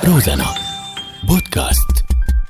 روزانا بودكاست.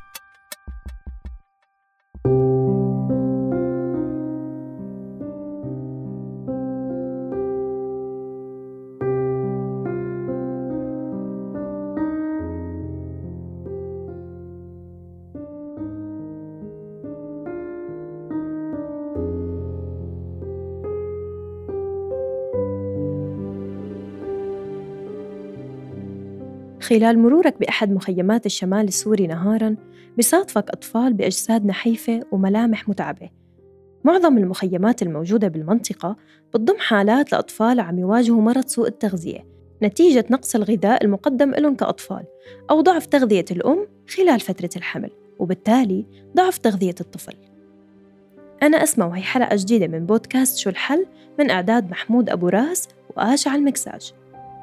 خلال مرورك بأحد مخيمات الشمال السوري نهاراً، بيصادفك أطفال بأجساد نحيفة وملامح متعبة. معظم المخيمات الموجودة بالمنطقة بتضم حالات لأطفال عم يواجهوا مرض سوء التغذية نتيجة نقص الغذاء المقدم لهم كأطفال، أو ضعف تغذية الأم خلال فترة الحمل، وبالتالي ضعف تغذية الطفل. أنا أسمع، وهي حلقة جديدة من بودكاست شو الحل، من إعداد محمود أبو راس وآش على المكساج.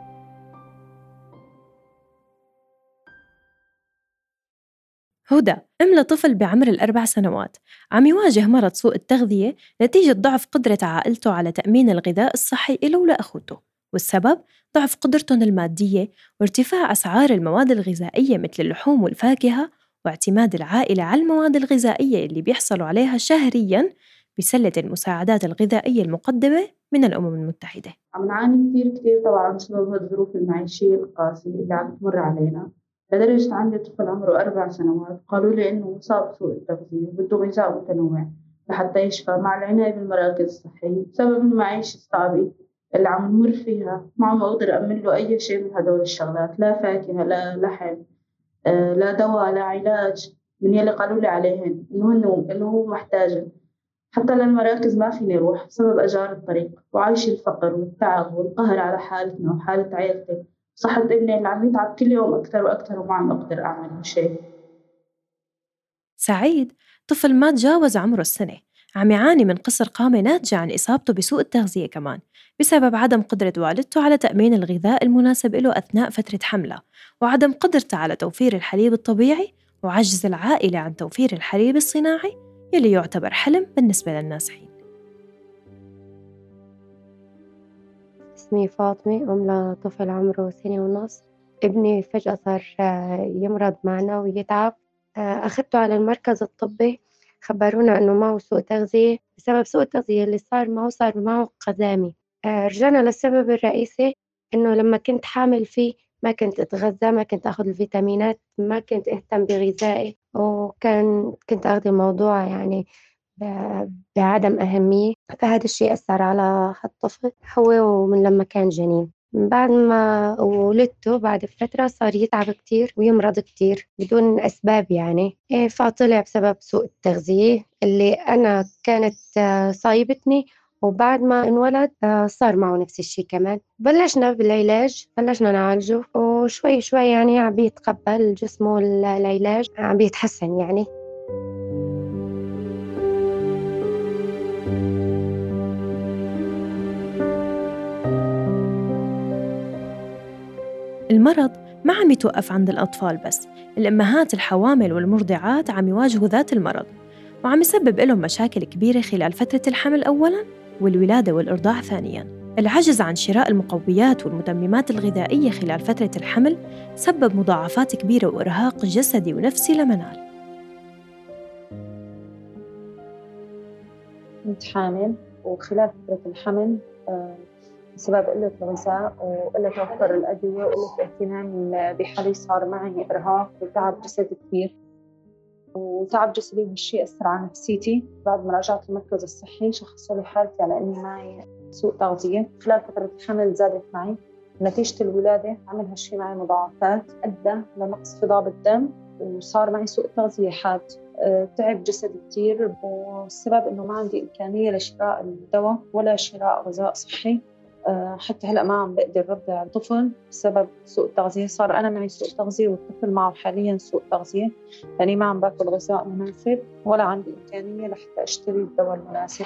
هدى أم لطفل بعمر 4 سنوات عم يواجه مرض سوء التغذية نتيجة ضعف قدرة عائلته على تأمين الغذاء الصحي له ولأخوته، والسبب ضعف قدرتهم المادية وارتفاع أسعار المواد الغذائية مثل اللحوم والفاكهة، واعتماد العائلة على المواد الغذائية اللي بيحصلوا عليها شهرياً بسلة المساعدات الغذائية المقدمة من الأمم المتحدة. عم نعاني كتير طبعاً بسبب الظروف المعيشية القاسية اللي عم تمر علينا، لدرجة عندي طفل عمره 4 سنوات قالوا لي إنه مصاب بسوء التغذية وبده غذاء متنوع لحتى يشفى، مع العناية بالمراكز الصحية. بسبب المعيشة الصعبة اللي عم نمر فيها ما عم أقدر أعمل له أي شيء من هدول الشغلات، لا فاكهة لا لحم، لا دواء لا علاج من يلي قالوا لي عليهن إنه هو محتاج. حتى للمراكز ما فيني أروح بسبب أجار الطريق، وعايش الفقر والتعب والقهر على حالتنا وحالة عائلتي. صحة ابني اللي عم يتعب كل يوم أكتر وأكتر وما عم أقدر أعمل شيء. سعيد طفل ما تجاوز عمره السنة عم يعاني من قصر قامة ناتجة عن إصابته بسوء التغذية كمان بسبب عدم قدرة والدته على تأمين الغذاء المناسب له أثناء فترة حمله، وعدم قدرته على توفير الحليب الطبيعي، وعجز العائلة عن توفير الحليب الصناعي يلي يعتبر حلم بالنسبة للنازحين. اسمي فاطمة، أم لطفل عمره 1.5 سنة. ابني فجأة صار يمرض معنا ويتعب. أخذته على المركز الطبي، خبرونا إنه معه سوء تغذية. بسبب سوء التغذية اللي صار معه قزامي. رجعنا للسبب الرئيسي إنه لما كنت حامل فيه ما كنت أتغذى، ما كنت أخذ الفيتامينات، ما كنت أهتم بغذائي، كنت أخذ الموضوع يعني بعدم أهمية. فهذا الشيء أثر على الطفل هو ومن لما كان جنين. بعد ما ولدته بعد فترة صار يتعب كتير ويمرض كتير بدون أسباب يعني. فطلع بسبب سوء التغذية اللي أنا كانت صايبتني، وبعد ما انولد صار معه نفس الشيء كمان. بلشنا بالعلاج، بلشنا نعالجه، وشوي شوي يعني عم بيتقبل جسمه العلاج، عم بيتحسن يعني. المرض ما عم يتوقف عند الأطفال بس، الأمهات الحوامل والمرضعات عم يواجهوا ذات المرض، وعم يسبب لهم مشاكل كبيرة خلال فترة الحمل أولاً، والولادة والإرضاع ثانياً. العجز عن شراء المقويات والمتممات الغذائية خلال فترة الحمل سبب مضاعفات كبيرة وإرهاق جسدي ونفسي لمنال. كنت حامل، وخلال فترة الحمل بسبب قلة الغذاء وقلة توفر الأدوية وقلة اهتمام بحالي صار معي إرهاق وتعب جسدي كبير. وتعب جسدي وهالشيء أثر على نفسيتي. بعد ما رجعت المركز الصحي شخصوا لي حالتي على إني معي سوء تغذية. خلال فترة الحمل زادت معي، نتيجة الولادة عمل هالشيء معي مضاعفات أدى لنقص في ضغط الدم، وصار معي سوء تغذية حاد. تعب جسدي كتير، والسبب إنه ما عندي إمكانية لشراء الدواء ولا شراء غذاء صحي. حتى هلأ ما عم بقدر رضع الطفل بسبب سوء التغذية. صار أنا معي سوء تغذية والطفل معه حاليا سوء تغذية، يعني ما عم باكل غذاء مناسب ولا عندي إمكانية لحتى أشتري الدواء المناسب.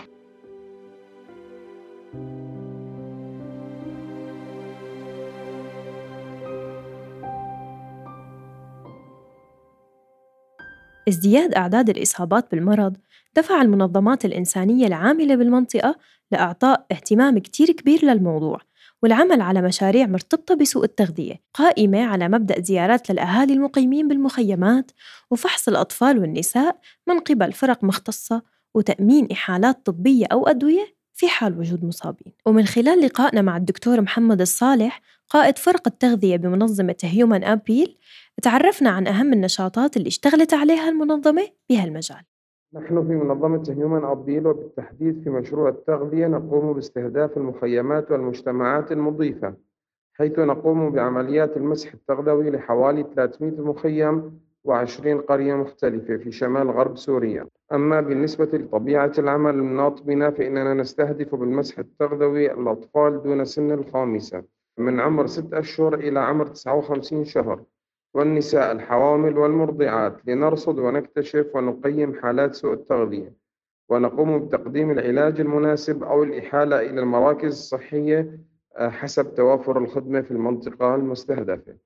ازدياد أعداد الإصابات بالمرض دفع المنظمات الإنسانية العاملة بالمنطقة لإعطاء اهتمام كتير كبير للموضوع، والعمل على مشاريع مرتبطة بسوء التغذية قائمة على مبدأ زيارات للأهالي المقيمين بالمخيمات وفحص الأطفال والنساء من قبل فرق مختصة وتأمين إحالات طبية أو أدوية في حال وجود مصابين. ومن خلال لقائنا مع الدكتور محمد الصالح قائد فرق التغذية بمنظمة هيومن أبيل تعرفنا عن أهم النشاطات اللي اشتغلت عليها المنظمة بهالمجال. نحن في منظمة هيومن أبيل وبالتحديد في مشروع التغذية نقوم باستهداف المخيمات والمجتمعات المضيفة، حيث نقوم بعمليات المسح التغذوي لحوالي 300 مخيم و20 قرية مختلفة في شمال غرب سوريا. أما بالنسبة لطبيعة العمل المناط بنا فإننا نستهدف بالمسح التغذوي الأطفال دون سن الخامسة من عمر 6 أشهر إلى عمر 59 شهر، والنساء الحوامل والمرضعات، لنرصد ونكتشف ونقيم حالات سوء التغذية، ونقوم بتقديم العلاج المناسب أو الإحالة إلى المراكز الصحية حسب توافر الخدمة في المنطقة المستهدفة.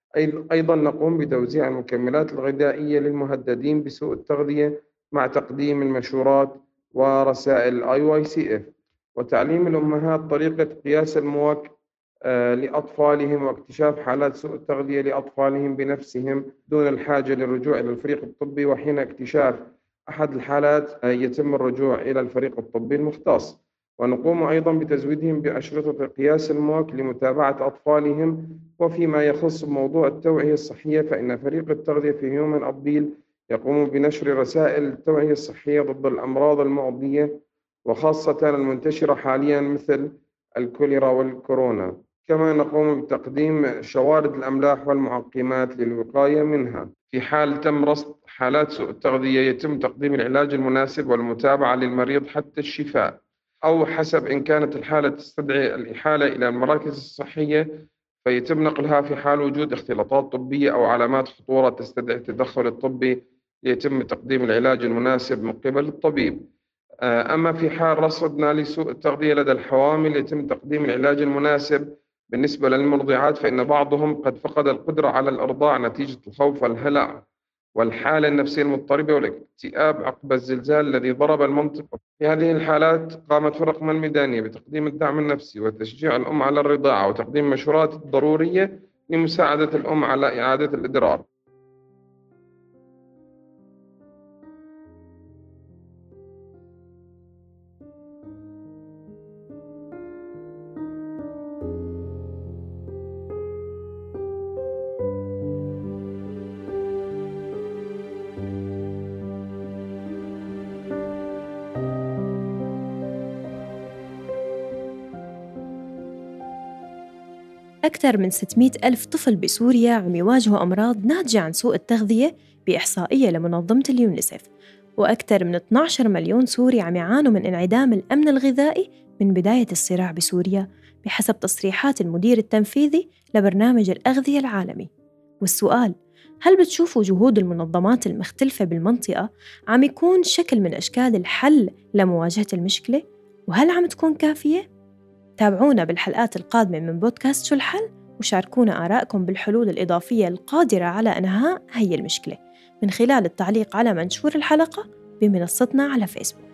أيضا نقوم بتوزيع المكملات الغذائية للمهددين بسوء التغذية مع تقديم المشورات ورسائل IYCF، وتعليم الأمهات طريقة قياس المواك لأطفالهم، واكتشاف حالات سوء التغذية لأطفالهم بنفسهم دون الحاجة للرجوع إلى الفريق الطبي، وحين اكتشاف أحد الحالات يتم الرجوع إلى الفريق الطبي المختص. ونقوم أيضا بتزويدهم بأشرطة قياس المواك لمتابعة أطفالهم. وفيما يخص موضوع التوعية الصحية فإن فريق التغذية في هيومن أبيل يقوم بنشر رسائل التوعية الصحية ضد الأمراض المعدية وخاصة المنتشرة حاليا مثل الكوليرا والكورونا. كما نقوم بتقديم شوارد الأملاح والمعقمات للوقاية منها. في حال تم رصد حالات سوء التغذية يتم تقديم العلاج المناسب والمتابعة للمريض حتى الشفاء، أو حسب إن كانت الحالة تستدعي الإحالة إلى المراكز الصحية فيتم نقلها في حال وجود اختلاطات طبية أو علامات خطورة تستدعي التدخل الطبي ليتم تقديم العلاج المناسب من قبل الطبيب. أما في حال رصدنا لسوء التغذية لدى الحوامل يتم تقديم العلاج المناسب. بالنسبة للمرضعات فإن بعضهم قد فقد القدرة على الإرضاع نتيجة الخوف والهلع والحالة النفسية المضطربة والاكتئاب عقب الزلزال الذي ضرب المنطقة. في هذه الحالات قامت فرقنا الميدانية بتقديم الدعم النفسي وتشجيع الأم على الرضاعة وتقديم المشورات الضرورية لمساعدة الأم على إعادة الإدرار. أكثر من 600 ألف طفل بسوريا عم يواجهوا أمراض ناتجة عن سوء التغذية بإحصائية لمنظمة اليونيسف، وأكثر من 12 مليون سوري عم يعانوا من انعدام الأمن الغذائي من بداية الصراع بسوريا بحسب تصريحات المدير التنفيذي لبرنامج الأغذية العالمي. والسؤال، هل بتشوفوا جهود المنظمات المختلفة بالمنطقة عم يكون شكل من أشكال الحل لمواجهة المشكلة؟ وهل عم تكون كافية؟ تابعونا بالحلقات القادمة من بودكاست شو الحل، وشاركونا آراءكم بالحلول الإضافية القادرة على إنهاء هي المشكلة من خلال التعليق على منشور الحلقة بمنصتنا على فيسبوك.